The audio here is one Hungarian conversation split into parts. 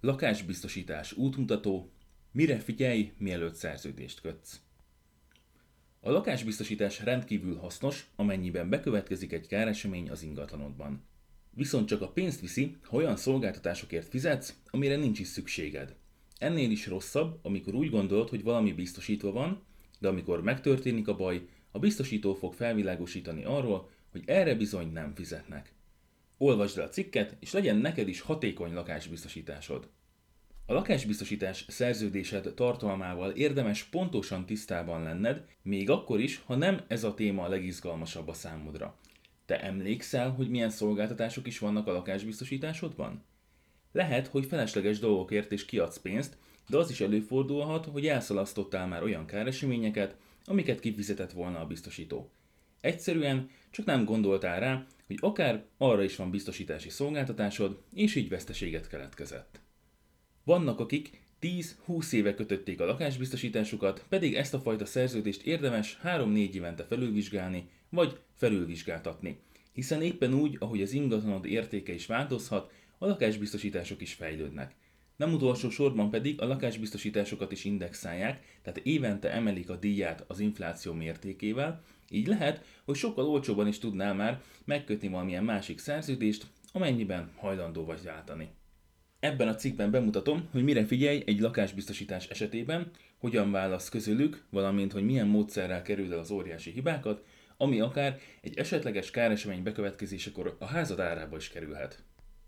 Lakásbiztosítás útmutató, mire figyelj, mielőtt szerződést kötsz. A lakásbiztosítás rendkívül hasznos, amennyiben bekövetkezik egy káresemény az ingatlanodban. Viszont csak a pénzt viszi, ha olyan szolgáltatásokért fizetsz, amire nincs is szükséged. Ennél is rosszabb, amikor úgy gondolod, hogy valami biztosítva van, de amikor megtörténik a baj, a biztosító fog felvilágosítani arról, hogy erre bizony nem fizetnek. Olvasd el a cikket, és legyen neked is hatékony lakásbiztosításod. A lakásbiztosítás szerződésed tartalmával érdemes pontosan tisztában lenned, még akkor is, ha nem ez a téma a legizgalmasabb a számodra. Te emlékszel, hogy milyen szolgáltatások is vannak a lakásbiztosításodban? Lehet, hogy felesleges dolgokért is kiadsz pénzt, de az is előfordulhat, hogy elszalasztottál már olyan káreseményeket, amiket kifizetett volna a biztosító. Egyszerűen csak nem gondoltál rá, hogy akár arra is van biztosítási szolgáltatásod, és így veszteséget keletkezett. Vannak, akik 10-20 éve kötötték a lakásbiztosításukat, pedig ezt a fajta szerződést érdemes 3-4 évente felülvizsgálni, vagy felülvizsgáltatni. Hiszen éppen úgy, ahogy az ingatlanod értéke is változhat, a lakásbiztosítások is fejlődnek. Nem utolsó sorban pedig a lakásbiztosításokat is indexálják, tehát évente emelik a díját az infláció mértékével, így lehet, hogy sokkal olcsóbban is tudnál már megkötni valamilyen másik szerződést, amennyiben hajlandó vagy váltani. Ebben a cikkben bemutatom, hogy mire figyelj egy lakásbiztosítás esetében, hogyan válasz közülük, valamint hogy milyen módszerrel kerüld el az óriási hibákat, ami akár egy esetleges káresemény bekövetkezésekor a házad árába is kerülhet.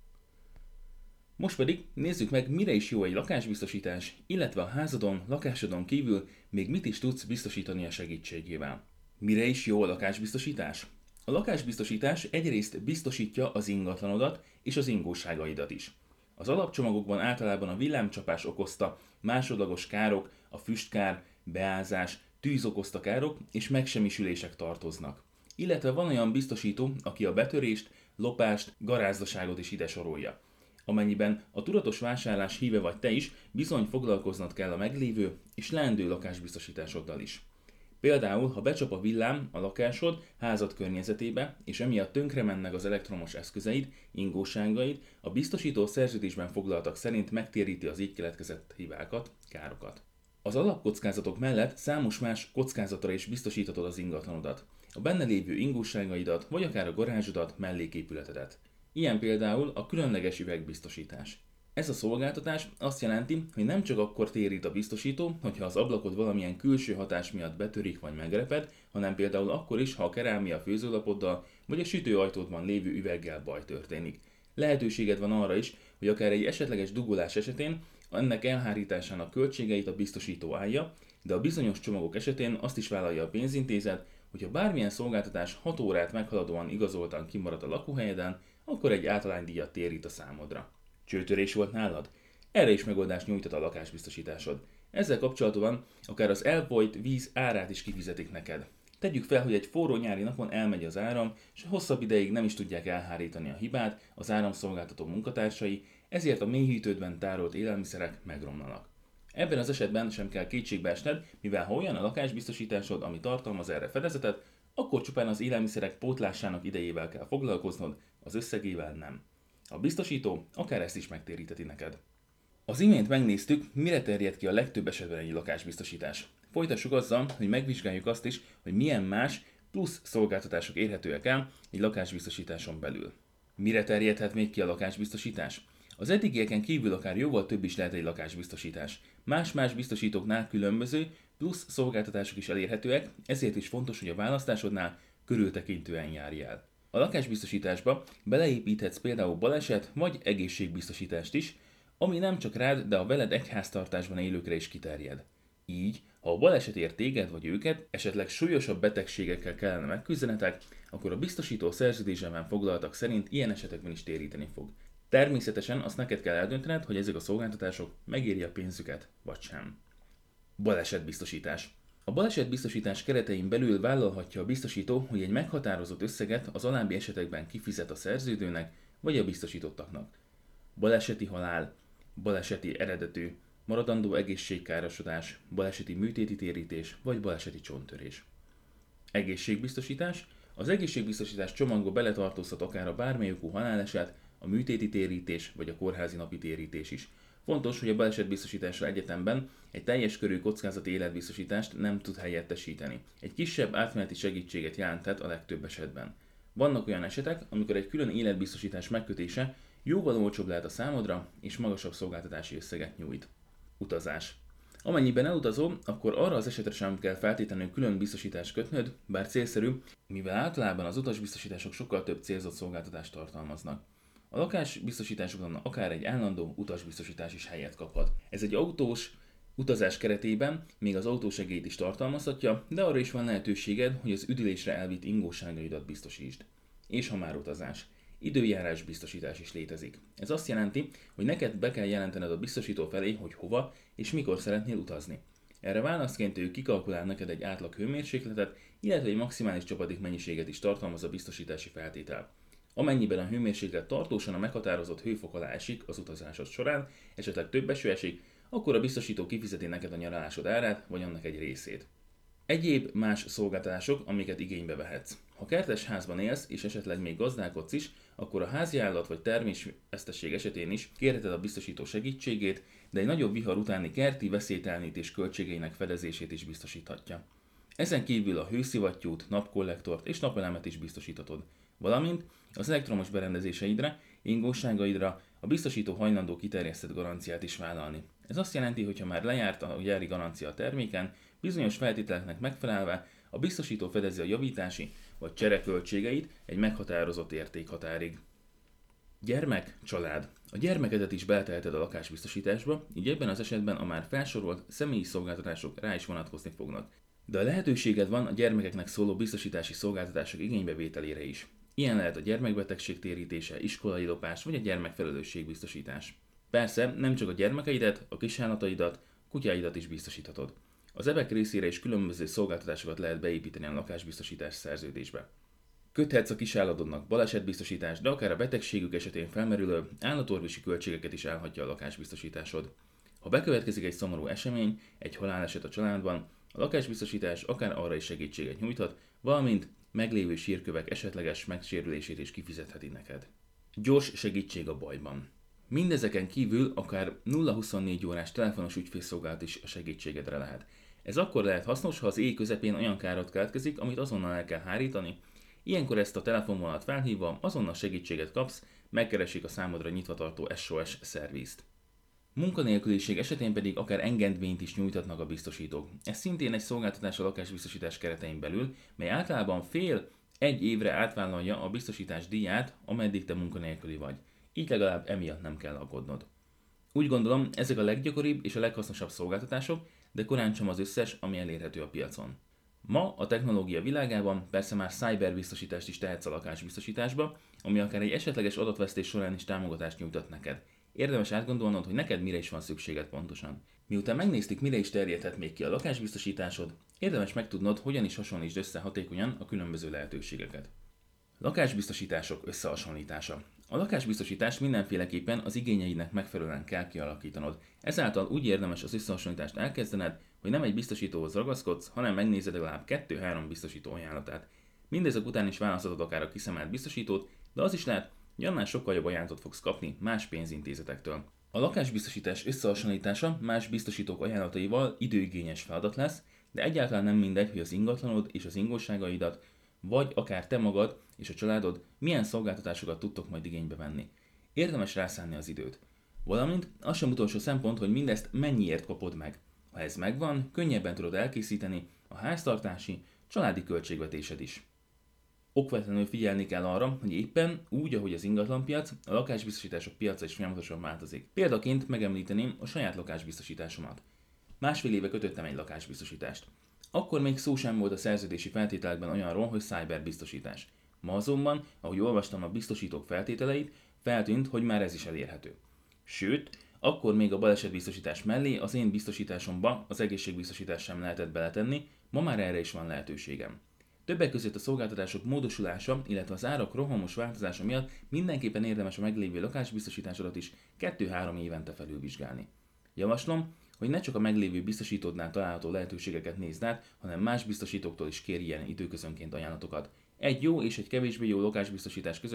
Most pedig nézzük meg, mire is jó egy lakásbiztosítás, illetve a házadon, lakásodon kívül még mit is tudsz biztosítani a segítségével. Mire is jó a lakásbiztosítás? A lakásbiztosítás egyrészt biztosítja az ingatlanodat és az ingóságaidat is. Az alapcsomagokban általában a villámcsapás okozta másodlagos károk, a füstkár, beázás, tűz okozta károk és megsemmisülések tartoznak. Illetve van olyan biztosító, aki a betörést, lopást, garázdaságot is ide sorolja. Amennyiben a tudatos vásárlás híve vagy te is, bizony foglalkoznod kell a meglévő és leendő lakásbiztosításoddal is. Például, ha becsap a villám a lakásod, házad környezetébe, és emiatt tönkre mennek az elektromos eszközeid, ingóságaid, a biztosító szerződésben foglaltak szerint megtéríti az így keletkezett hibákat, károkat. Az alapkockázatok mellett számos más kockázatra is biztosíthatod az ingatlanodat, a benne lévő ingóságaidat, vagy akár a garázsodat, melléképületedet. Ilyen például a különleges üvegbiztosítás. Ez a szolgáltatás azt jelenti, hogy nem csak akkor térít a biztosító, hogyha az ablakod valamilyen külső hatás miatt betörik vagy megreped, hanem például akkor is, ha a kerámia főzőlapoddal vagy a sütőajtódban lévő üveggel baj történik. Lehetőséged van arra is, hogy akár egy esetleges dugolás esetén ennek elhárításának költségeit a biztosító állja, de a bizonyos csomagok esetén azt is vállalja a pénzintézet, hogyha bármilyen szolgáltatás 6 órát meghaladóan igazoltan kimarad a lakóhelyeden, akkor egy általánydíjat térít a számodra. Csőtörés volt nálad? Erre is megoldást nyújtott a lakásbiztosításod. Ezzel kapcsolatban akár az elfolyt víz árát is kifizetik neked. Tegyük fel, hogy egy forró nyári napon elmegy az áram, és hosszabb ideig nem is tudják elhárítani a hibát az áramszolgáltató munkatársai, ezért a mélyhűtődben tárolt élelmiszerek megromlanak. Ebben az esetben sem kell kétségbe esned, mivel ha olyan a lakásbiztosításod, ami tartalmaz erre fedezetet, akkor csupán az élelmiszerek pótlásának idejével kell foglalkoznod, az összegével nem. A biztosító akár ezt is megtéríteti neked. Az imént megnéztük, mire terjed ki a legtöbb esetben egy lakásbiztosítás. Folytassuk azzal, hogy megvizsgáljuk azt is, hogy milyen más plusz szolgáltatások érhetőek el egy lakásbiztosításon belül. Mire terjedhet még ki a lakásbiztosítás? Az eddigieken kívül akár jóval több is lehet egy lakásbiztosítás. Más-más biztosítóknál különböző, plusz szolgáltatások is elérhetőek, ezért is fontos, hogy a választásodnál körültekintően járj el. A lakásbiztosításba beleépíthetsz például baleset vagy egészségbiztosítást is, ami nem csak rád, de a veled egy háztartásban élőkre is kiterjed. Így, ha a baleset ér téged vagy őket, esetleg súlyosabb betegségekkel kellene megküzdenetek, akkor a biztosító szerződésben foglaltak szerint ilyen esetekben is téríteni fog. Természetesen azt neked kell eldöntened, hogy ezek a szolgáltatások megéri a pénzüket, vagy sem. Balesetbiztosítás. A balesetbiztosítás keretein belül vállalhatja a biztosító, hogy egy meghatározott összeget az alábbi esetekben kifizet a szerződőnek vagy a biztosítottaknak. Baleseti halál, baleseti eredetű, maradandó egészségkárosodás, baleseti műtéti térítés vagy baleseti csonttörés. Egészségbiztosítás. Az egészségbiztosítás csomagba beletartozhat akár a bármely okú haláleset, a műtéti térítés vagy a kórházi napi térítés is. Fontos, hogy a balesetbiztosításra egyetemben egy teljes körű kockázati életbiztosítást nem tud helyettesíteni. Egy kisebb átmeneti segítséget jelenthet a legtöbb esetben. Vannak olyan esetek, amikor egy külön életbiztosítás megkötése jóval olcsóbb lehet a számodra, és magasabb szolgáltatási összeget nyújt. Utazás. Amennyiben elutazol, akkor arra az esetre sem kell feltétlenül külön biztosítást kötnöd, bár célszerű, mivel általában az utasbiztosítások sokkal több célzott szolgáltatást tartalmaznak. A lakásbiztosításokban akár egy állandó utasbiztosítás is helyet kaphat. Ez egy autós utazás keretében még az autósegélyt is tartalmazhatja, de arra is van lehetőséged, hogy az üdülésre elvitt ingóságaidat biztosítsd. És ha már utazás. Időjárás biztosítás is létezik. Ez azt jelenti, hogy neked be kell jelentened a biztosító felé, hogy hova és mikor szeretnél utazni. Erre válaszként ő kikalkulál neked egy átlag hőmérsékletet, illetve egy maximális csapadék mennyiséget is tartalmaz a biztosítási feltétel. Amennyiben a hőmérséklet tartósan a meghatározott hőfok alá esik az utazásod során, esetleg több eső esik, akkor a biztosító kifizeti neked a nyaralásod árát, vagy annak egy részét. Egyéb más szolgáltatások, amiket igénybe vehetsz. Ha kertes házban élsz, és esetleg még gazdálkodsz is, akkor a háziállat vagy termésvesztesség esetén is kérheted a biztosító segítségét, de egy nagyobb vihar utáni kerti veszélytelenítés költségeinek fedezését is biztosíthatja. Ezen kívül a hőszivattyút, napkollektort és napelemet is biztosíthatod, valamint az elektromos berendezéseidre, ingóságaidra a biztosító hajlandó kiterjesztett garanciát is vállalni. Ez azt jelenti, hogy ha már lejárt a gyári garancia a terméken, bizonyos feltételeknek megfelelve a biztosító fedezi a javítási vagy csereköltségeit egy meghatározott értékhatárig. Gyermek, család. A gyermekedet is beleteheted a lakásbiztosításba, így ebben az esetben a már felsorolt személyi szolgáltatások rá is vonatkozni fognak. De a lehetőséged van a gyermekeknek szóló biztosítási szolgáltatások igénybevételére is. Ilyen lehet a gyermekbetegség térítése, iskolai lopás vagy a gyermekfelelősségbiztosítás. Persze nem csak a gyermekeidet, a kisállataidat, kutyáidat is biztosíthatod. Az ebek részére is különböző szolgáltatásokat lehet beépíteni a lakásbiztosítás szerződésbe. Köthetsz a kisállatodnak balesetbiztosítást, de akár a betegségük esetén felmerülő állatorvosi költségeket is állhatja a lakásbiztosításod. Ha bekövetkezik egy szomorú esemény, egy haláleset a családban, a lakásbiztosítás akár arra is segítséget nyújthat, valamint meglévő sírkövek esetleges megsérülését is kifizetheti neked. Gyors segítség a bajban. Mindezeken kívül akár 0-24 órás telefonos ügyfélszolgálat is a segítségedre lehet. Ez akkor lehet hasznos, ha az éj közepén olyan káros keletkezik, amit azonnal el kell hárítani. Ilyenkor ezt a telefonvonalat felhívva azonnal segítséget kapsz, megkeresik a számodra nyitva tartó SOS szervízt. Munkanélküliség esetén pedig akár engedményt is nyújtatnak a biztosítók. Ez szintén egy szolgáltatás a lakásbiztosítás keretein belül, mely általában fél-egy évre átvállalja a biztosítás díját, ameddig te munkanélküli vagy. Így legalább emiatt nem kell aggódnod. Úgy gondolom, ezek a leggyakoribb és a leghasznosabb szolgáltatások, de korán sem az összes, ami elérhető a piacon. Ma a technológia világában persze már cyberbiztosítást is tehetsz a lakásbiztosításba, ami akár egy esetleges adatvesztés során is támogatást nyújtat neked. Érdemes átgondolnod, hogy neked mire is van szükséged pontosan. Miután megnéztük, mire is terjedhet még ki a lakásbiztosításod, érdemes megtudnod, hogyan is hasonlítsd össze hatékonyan a különböző lehetőségeket. Lakásbiztosítások összehasonlítása. A lakásbiztosítást mindenféleképpen az igényeidnek megfelelően kell kialakítanod. Ezáltal úgy érdemes az összehasonlítást elkezdened, hogy nem egy biztosítóhoz ragaszkodsz, hanem megnézed legalább 2-3 biztosító ajánlatát. Mindezek után is választhatod akár a kiszemelt biztosítót, de az is lehet, hogy annál sokkal jobb ajánlatot fogsz kapni más pénzintézetektől. A lakásbiztosítás összehasonlítása más biztosítók ajánlataival időigényes feladat lesz, de egyáltalán nem mindegy, hogy az ingatlanod és az ingóságaidat, vagy akár te magad és a családod milyen szolgáltatásokat tudtok majd igénybe venni. Érdemes rászánni az időt. Valamint az sem utolsó szempont, hogy mindezt mennyiért kapod meg. Ha ez megvan, könnyebben tudod elkészíteni a háztartási, családi költségvetésed is. Okvetlenül figyelni kell arra, hogy éppen úgy, ahogy az ingatlanpiac, a lakásbiztosítások piaca is folyamatosan változik. Példaként megemlíteném a saját lakásbiztosításomat. Másfél éve kötöttem egy lakásbiztosítást. Akkor még szó sem volt a szerződési feltételekben olyanról, hogy cyberbiztosítás. Ma azonban, ahogy olvastam a biztosítók feltételeit, feltűnt, hogy már ez is elérhető. Sőt, akkor még a balesetbiztosítás mellé az én biztosításomba az egészségbiztosítás sem lehetett beletenni, ma már erre is van lehetőségem. Többek között a szolgáltatások módosulása, illetve az árak rohamos változása miatt mindenképpen érdemes a meglévő lakásbiztosításodat is 2-3 évente felülvizsgálni. Javaslom, hogy ne csak a meglévő biztosítódnál található lehetőségeket nézd át, hanem más biztosítóktól is kérj ilyen időközönként ajánlatokat. Egy jó és egy kevésbé jó lakásbiztosítás között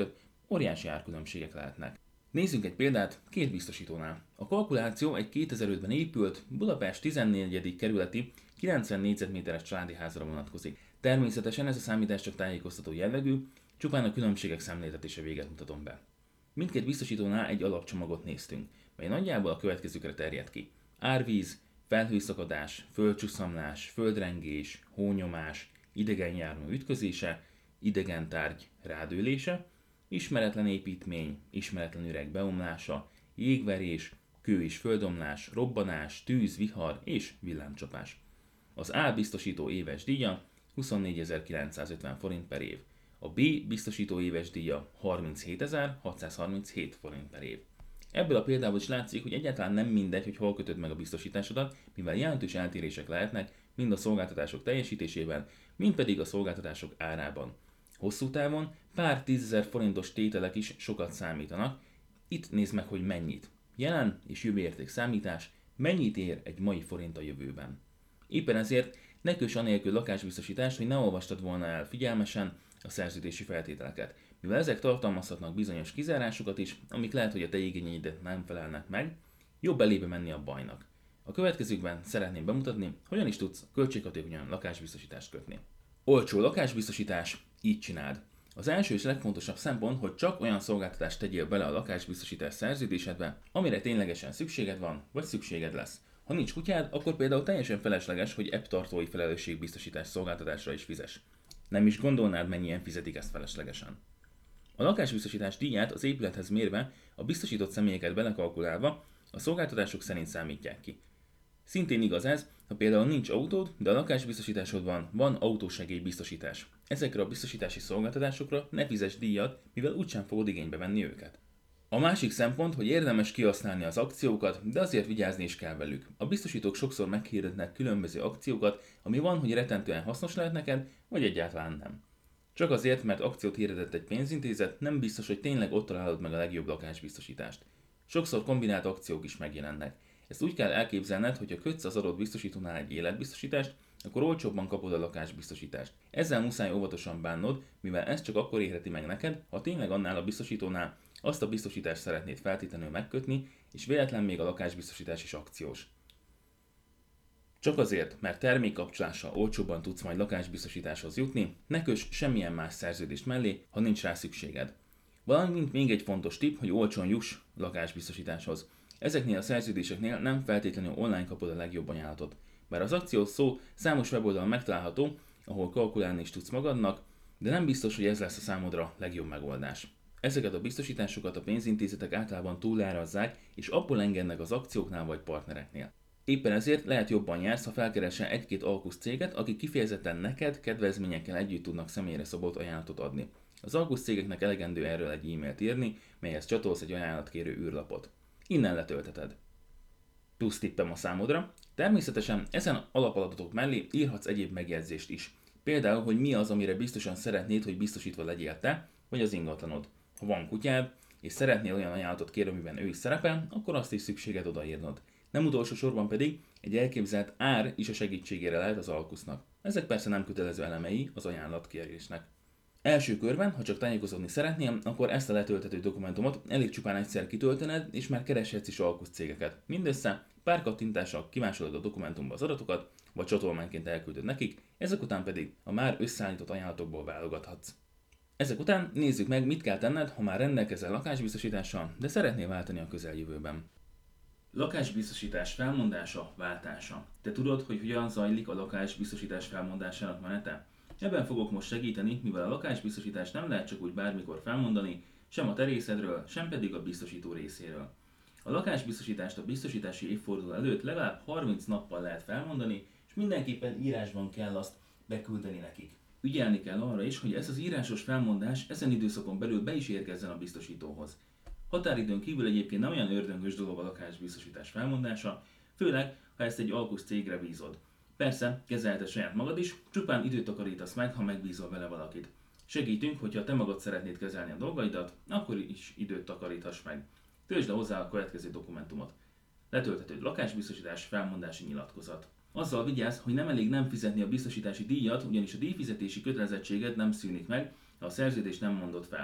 óriási árkülönbségek lehetnek. Nézzünk egy példát két biztosítónál. A kalkuláció egy 2005-ben épült Budapest 14. kerületi 90 négyzetméteres családi házra vonatkozik. Természetesen ez a számítás csak tájékoztató jellegű, csupán a különbségek szemléltetése véget mutatom be. Mindkét biztosítónál egy alapcsomagot néztünk, mely nagyjából a következőkre terjed ki. Árvíz, felhőszakadás, földcsuszamlás, földrengés, hónyomás, idegen jármű ütközése, idegen tárgy rádőlése, ismeretlen építmény, ismeretlen üreg beomlása, jégverés, kő- és földomlás, robbanás, tűz, vihar és villámcsapás. Az A biztosító éves díja 24.950 forint per év. A B biztosító éves díja 37.637 forint per év. Ebből a példából is látszik, hogy egyáltalán nem mindegy, hogy hol kötöd meg a biztosításodat, mivel jelentős eltérések lehetnek mind a szolgáltatások teljesítésében, mind pedig a szolgáltatások árában. Hosszú távon pár 10 000 forintos tételek is sokat számítanak. Itt nézd meg, hogy mennyit. Jelen és jövő érték számítás, mennyit ér egy mai forint a jövőben. Éppen ezért ne köss anélkül lakásbiztosítást, hogy ne olvastad volna el figyelmesen a szerződési feltételeket, mivel ezek tartalmazhatnak bizonyos kizárásokat is, amik lehet, hogy a te igényeidet nem felelnek meg, jobb elébe menni a bajnak. A következőkben szeretném bemutatni, hogyan is tudsz költséghatékonyan lakásbiztosítást kötni. Olcsó lakásbiztosítás, így csináld. Az első és legfontosabb szempont, hogy csak olyan szolgáltatást tegyél bele a lakásbiztosítás szerződésedbe, amire ténylegesen szükséged van, vagy szükséged lesz. Ha nincs kutyád, akkor például teljesen felesleges, hogy app-tartói felelősségbiztosítás szolgáltatásra is fizes. Nem is gondolnád, mennyien fizetik ezt feleslegesen. A lakásbiztosítás díját az épülethez mérve, a biztosított személyeket belekalkulálva, a szolgáltatások szerint számítják ki. Szintén igaz ez, ha például nincs autód, de a lakásbiztosításodban van autósegélybiztosítás. Ezekre a biztosítási szolgáltatásokra ne fizess díjat, mivel úgysem fogod igénybe venni őket. A másik szempont, hogy érdemes kihasználni az akciókat, de azért vigyázni is kell velük. A biztosítók sokszor meghirdetnek különböző akciókat, ami van, hogy rettentően hasznos lehet neked, vagy egyáltalán nem. Csak azért, mert akciót hirdetett egy pénzintézet, nem biztos, hogy tényleg ott találod meg a legjobb lakásbiztosítást. Sokszor kombinált akciók is megjelennek. Ezt úgy kell elképzelned, hogy ha kötsz az adott biztosítónál egy életbiztosítást, akkor olcsóbban kapod a lakásbiztosítást. Ezzel muszáj óvatosan bánnod, mivel ez csak akkor érheti meg neked, ha tényleg annál a biztosítónál azt a biztosítást szeretnéd feltétlenül megkötni, és véletlen még a lakásbiztosítás is akciós. Csak azért, mert termékkapcsolással olcsóbban tudsz majd lakásbiztosításhoz jutni, ne köss semmilyen más szerződést mellé, ha nincs rá szükséged. Valamint még egy fontos tipp, hogy olcsón juss lakásbiztosításhoz. Ezeknél a szerződéseknél nem feltétlenül online kapod a legjobb ajánlatot. Bár az akciós szó számos weboldalon megtalálható, ahol kalkulálni is tudsz magadnak, de nem biztos, hogy ez lesz a számodra legjobb megoldás. Ezeket a biztosításokat a pénzintézetek általában túlárazzák, és abból engednek az akcióknál vagy partnereknél. Éppen ezért lehet jobban jársz, ha felkeresel egy-két alkusz céget, akik kifejezetten neked kedvezményekkel együtt tudnak személyre szabott ajánlatot adni. Az alkusz cégeknek elegendő erről egy e-mailt írni, melyhez csatolsz egy ajánlatkérő űrlapot. Innen letölteted. Plusz tippem a számodra. Természetesen ezen alapadatok mellé írhatsz egyéb megjegyzést is. Például, hogy mi az, amire biztosan szeretnéd, hogy biztosítva legyél te, vagy az ingatlanod. Ha van kutyád, és szeretnél olyan ajánlatot kérni, amiben ő is szerepel, akkor azt is szükséged odaírnod. Nem utolsó sorban pedig egy elképzelt ár is a segítségére lehet az alkusznak. Ezek persze nem kötelező elemei az ajánlatkérésnek. Első körben, ha csak tájékozódni szeretnél, akkor ezt a letölthető dokumentumot elég csupán egyszer kitöltened, és már kereshetsz is alkusz cégeket. Mindössze pár kattintással kimásolod a dokumentumba az adatokat, vagy csatolmányként elküldöd nekik, ezek után pedig a már összeállított ajánlatokból válogathatsz. Ezek után nézzük meg, mit kell tenned, ha már rendelkezel lakásbiztosítással, de szeretnél váltani a közeljövőben. Lakásbiztosítás felmondása, váltása. Te tudod, hogy hogyan zajlik a lakásbiztosítás felmondásának menete? Ebben fogok most segíteni, mivel a lakásbiztosítást nem lehet csak úgy bármikor felmondani, sem a te részedről, sem pedig a biztosító részéről. A lakásbiztosítást a biztosítási évforduló előtt legalább 30 nappal lehet felmondani, és mindenképpen írásban kell azt beküldeni nekik. Ügyelni kell arra is, hogy ez az írásos felmondás ezen időszakon belül be is érkezzen a biztosítóhoz. Határidőn kívül egyébként nem olyan ördöngös dolog a lakásbiztosítás felmondása, főleg ha ezt egy alkusz cégre bízod. Persze, kezelheted saját magad is, csupán időt takarítasz meg, ha megbízol vele valakit. Segítünk, hogyha te magad szeretnéd kezelni a dolgaidat, akkor is időt takarítass meg. Töltsd le hozzá a következő dokumentumot. Letölthető lakásbiztosítás felmondási nyilatkozat. Azzal vigyázz, hogy nem elég nem fizetni a biztosítási díjat, ugyanis a díjfizetési kötelezettséged nem szűnik meg, ha a szerződést nem mondod fel.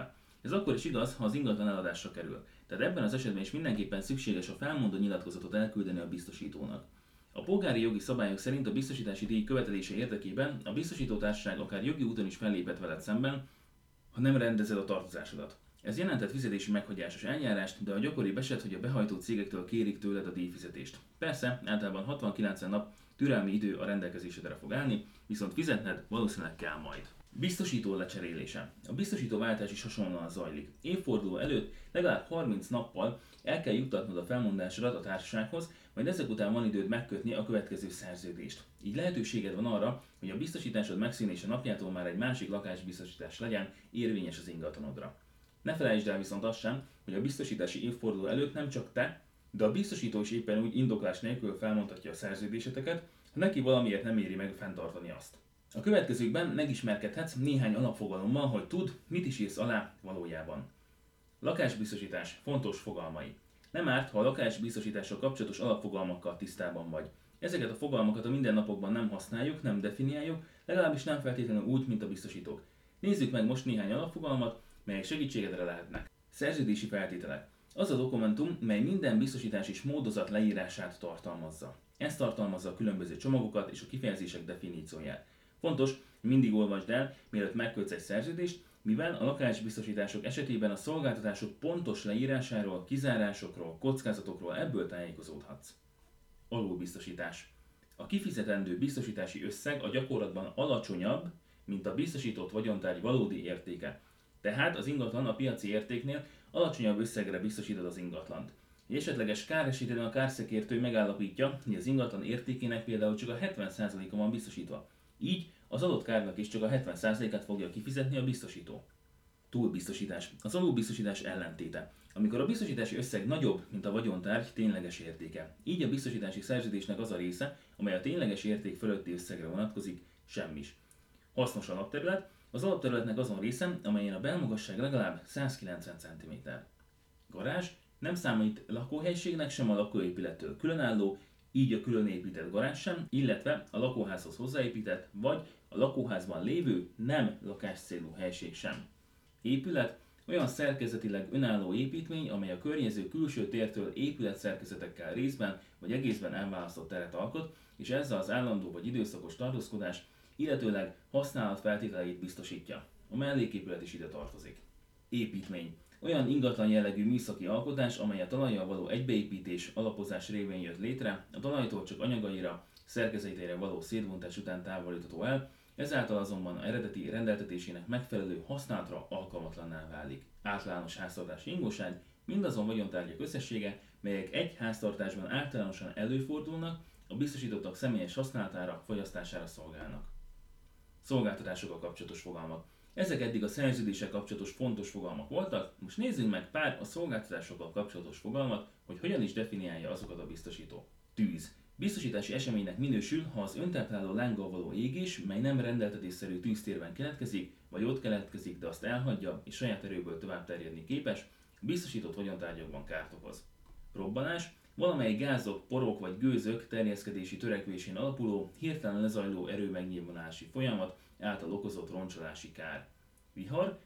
Ez akkor is igaz, ha az ingatlan eladásra kerül. Tehát ebben az esetben is mindenképpen szükséges a felmondó nyilatkozatot elküldeni a biztosítónak. A polgári jogi szabályok szerint a biztosítási díj követelése érdekében a biztosítótársaság akár jogi úton is felléphet veled szemben, ha nem rendezed a tartozásodat. Ez jelentett fizetési meghagyásos eljárást, de a gyakoribb eset, hogy a behajtó cégektől kérik tőled a díjfizetést. Persze, általában 60-90 nap türelmi idő a rendelkezésedre fog állni, viszont fizetned valószínűleg kell majd. Biztosító lecserélése. A biztosítóváltás is hasonlóan zajlik. Évforduló előtt legalább 30 nappal el kell juttatnod a felmondásodat a társasághoz, majd ezek után van időd megkötni a következő szerződést. Így lehetőséged van arra, hogy a biztosításod megszűnése napjától már egy másik lakásbiztosítás legyen érvényes az ingatlanodra. Ne felejtsd el viszont azt sem, hogy a biztosítási évforduló előtt nem csak te, de a biztosító is éppen úgy indoklás nélkül felmondhatja a szerződéseteket, ha neki valamiért nem éri meg fenntartani azt. A következőkben megismerkedhetsz néhány alapfogalommal, hogy tudd, mit is írsz alá valójában. Lakásbiztosítás fontos fogalmai. Nem árt, ha a lakásbiztosítással kapcsolatos alapfogalmakkal tisztában vagy. Ezeket a fogalmakat a mindennapokban nem használjuk, nem definiáljuk, legalábbis nem feltétlenül úgy, mint a biztosítók. Nézzük meg most néhány alapfogalmat, melyek segítségedre lehetnek. Szerződési feltételek. Az a dokumentum, mely minden biztosítás és módozat leírását tartalmazza. Ez tartalmazza a különböző csomagokat és a kifejezések definícióját. Fontos, hogy mindig olvasd el, mielőtt megkötsz egy szerződést, mivel a lakásbiztosítások esetében a szolgáltatások pontos leírásáról, kizárásokról, kockázatokról ebből tájékozódhatsz. Alulbiztosítás. A kifizetendő biztosítási összeg a gyakorlatban alacsonyabb, mint a biztosított vagyontárgy valódi értéke. Tehát az ingatlan a piaci értéknél alacsonyabb összegre biztosítod az ingatlant. Egy esetleges kár esetében a kárszakértő megállapítja, hogy az ingatlan értékének például csak a 70%-a van biztosítva. Így az adott kárnak is csak a 70%-át fogja kifizetni a biztosító. Túlbiztosítás. Az alulbiztosítás ellentéte. Amikor a biztosítási összeg nagyobb, mint a vagyontárgy tényleges értéke. Így a biztosítási szerződésnek az a része, amely a tényleges érték fölötti összegre vonatkozik, semmis. Hasznos alapterület. Az alapterületnek azon része, amelyen a belmagasság legalább 190 cm. Garázs nem számít lakóhelyiségnek, sem a lakóépülettől különálló, így a külön épített garázs sem, illetve a lakóházhoz hozzáépített, vagy a lakóházban lévő nem lakáscélú helység sem. Épület olyan szerkezetileg önálló építmény, amely a környező külső tértől épületszerkezetekkel részben vagy egészben elválasztott teret alkot, és ezzel az állandó vagy időszakos tartózkodás, illetőleg használatfeltételeit biztosítja. A melléképület is ide tartozik. Építmény. Olyan ingatlan jellegű műszaki alkotás, amely a talajjal való egybeépítés, alapozás révén jött létre, a talajtól csak anyagaira, szerkezetére való szétbontás után távolítható el, ezáltal azonban a eredeti rendeltetésének megfelelő használatra alkalmatlanná válik. Általános háztartási ingóság mindazon vagyontárgyak összessége, melyek egy háztartásban általánosan előfordulnak, a biztosítottak személyes használatára, fogyasztására szolgálnak. Szolgáltatásokkal kapcsolatos fogalmak. Ezek eddig a szerződéssel kapcsolatos fontos fogalmak voltak, most nézzünk meg pár a szolgáltatásokkal kapcsolatos fogalmat, hogy hogyan is definiálja azokat a biztosító. Tűz. Biztosítási eseménynek minősül, ha az öntápláló lánggal való égés, mely nem rendeltetésszerű tűztérben keletkezik, vagy ott keletkezik, de azt elhagyja és saját erőből tovább terjedni képes, biztosított vagyontárgyakban kárt okoz. Robbanás. Valamely gázok, porok vagy gőzök terjeszkedési törekvésén alapuló, hirtelen lezajló erőmegnyilvánulási folyamat által okozott roncsolási kár. Vihar.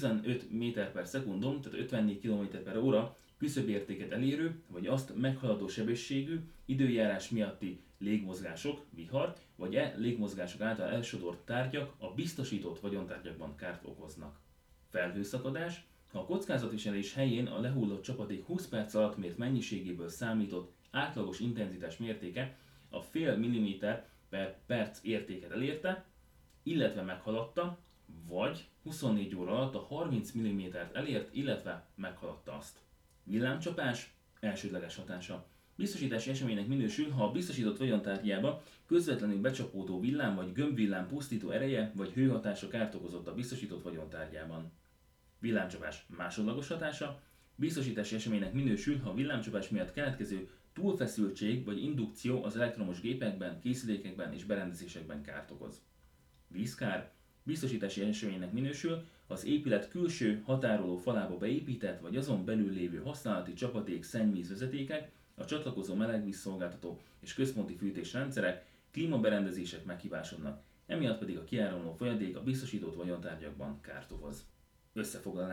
15 méter per szekundum, tehát 54 km per óra küszöbértéket elérő, vagy azt meghaladó sebességű, időjárás miatti légmozgások, vihar, vagy légmozgások által elsodort tárgyak a biztosított vagyontárgyakban kárt okoznak. Felhőszakadás. Ha a kockázatviselés helyén a lehullott csapadék 20 perc alatt mért mennyiségéből számított átlagos intenzitás mértéke a fél milliméter per perc értéket elérte, illetve meghaladta, vagy 24 óra alatt a 30 mm-t elért, illetve meghaladta azt. Villámcsapás elsődleges hatása. Biztosítási eseménynek minősül, ha a biztosított vagyontárgyába közvetlenül becsapódó villám vagy gömbvillám pusztító ereje vagy hőhatása kárt okozott a biztosított vagyontárgyában. Villámcsapás másodlagos hatása. Biztosítási eseménynek minősül, ha a villámcsapás miatt keletkező túlfeszültség vagy indukció az elektromos gépekben, készülékekben és berendezésekben kárt okoz. Vízkár. Biztosítási eseménynek minősül, ha az épület külső határoló falába beépített vagy azon belül lévő használati csapadék szennyvízvezetékek, a csatlakozó melegvízszolgáltató és központi fűtésrendszerek, klímaberendezések meghibásodnak, emiatt pedig a kiáramló folyadék a biztosított vagyontárgyakban kárt okoz. Összefoglalás.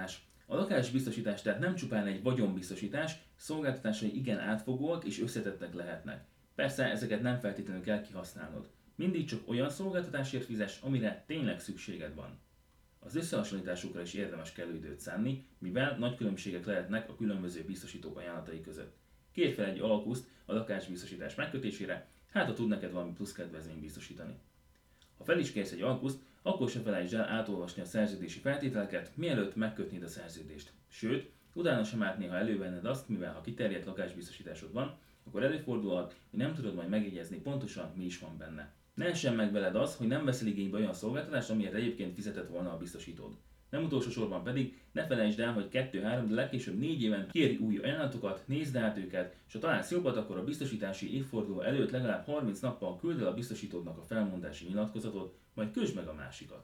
A lakásbiztosítás tehát nem csupán egy vagyonbiztosítás, szolgáltatásai igen átfogóak és összetettek lehetnek. Persze ezeket nem feltétlenül kell kihasználnod. Mindig csak olyan szolgáltatásért fizes, amire tényleg szükséged van. Az összehasonlításukra is érdemes kellő időt szánni, mivel nagy különbségek lehetnek a különböző biztosítók ajánlatai között. Kérj fel egy alkuszt a lakásbiztosítás megkötésére, hát ha tud neked valami plusz kedvezményt biztosítani. Ha fel is kérsz egy alkuszt, akkor se felejtsd el átolvasni a szerződési feltételeket, mielőtt megkötnéd a szerződést. Sőt, utána sem árt néha elővenned azt, mivel ha kiterjedt lakásbiztosításod van, akkor előfordulhat, hogy nem tudod majd megjegyezni pontosan, mi is van benne. Ne essen meg veled az, hogy nem veszel igénybe olyan szolgáltatást, amiért egyébként fizetett volna a biztosítód. Nem utolsó sorban pedig ne felejtsd el, hogy 2-3, de legkésőbb 4 éven kérj új ajánlatokat, nézd át őket, és ha találsz jobbat, akkor a biztosítási évforduló előtt legalább 30 nappal küld el a biztosítódnak a felmondási nyilatkozatot, majd kösd meg a másikat.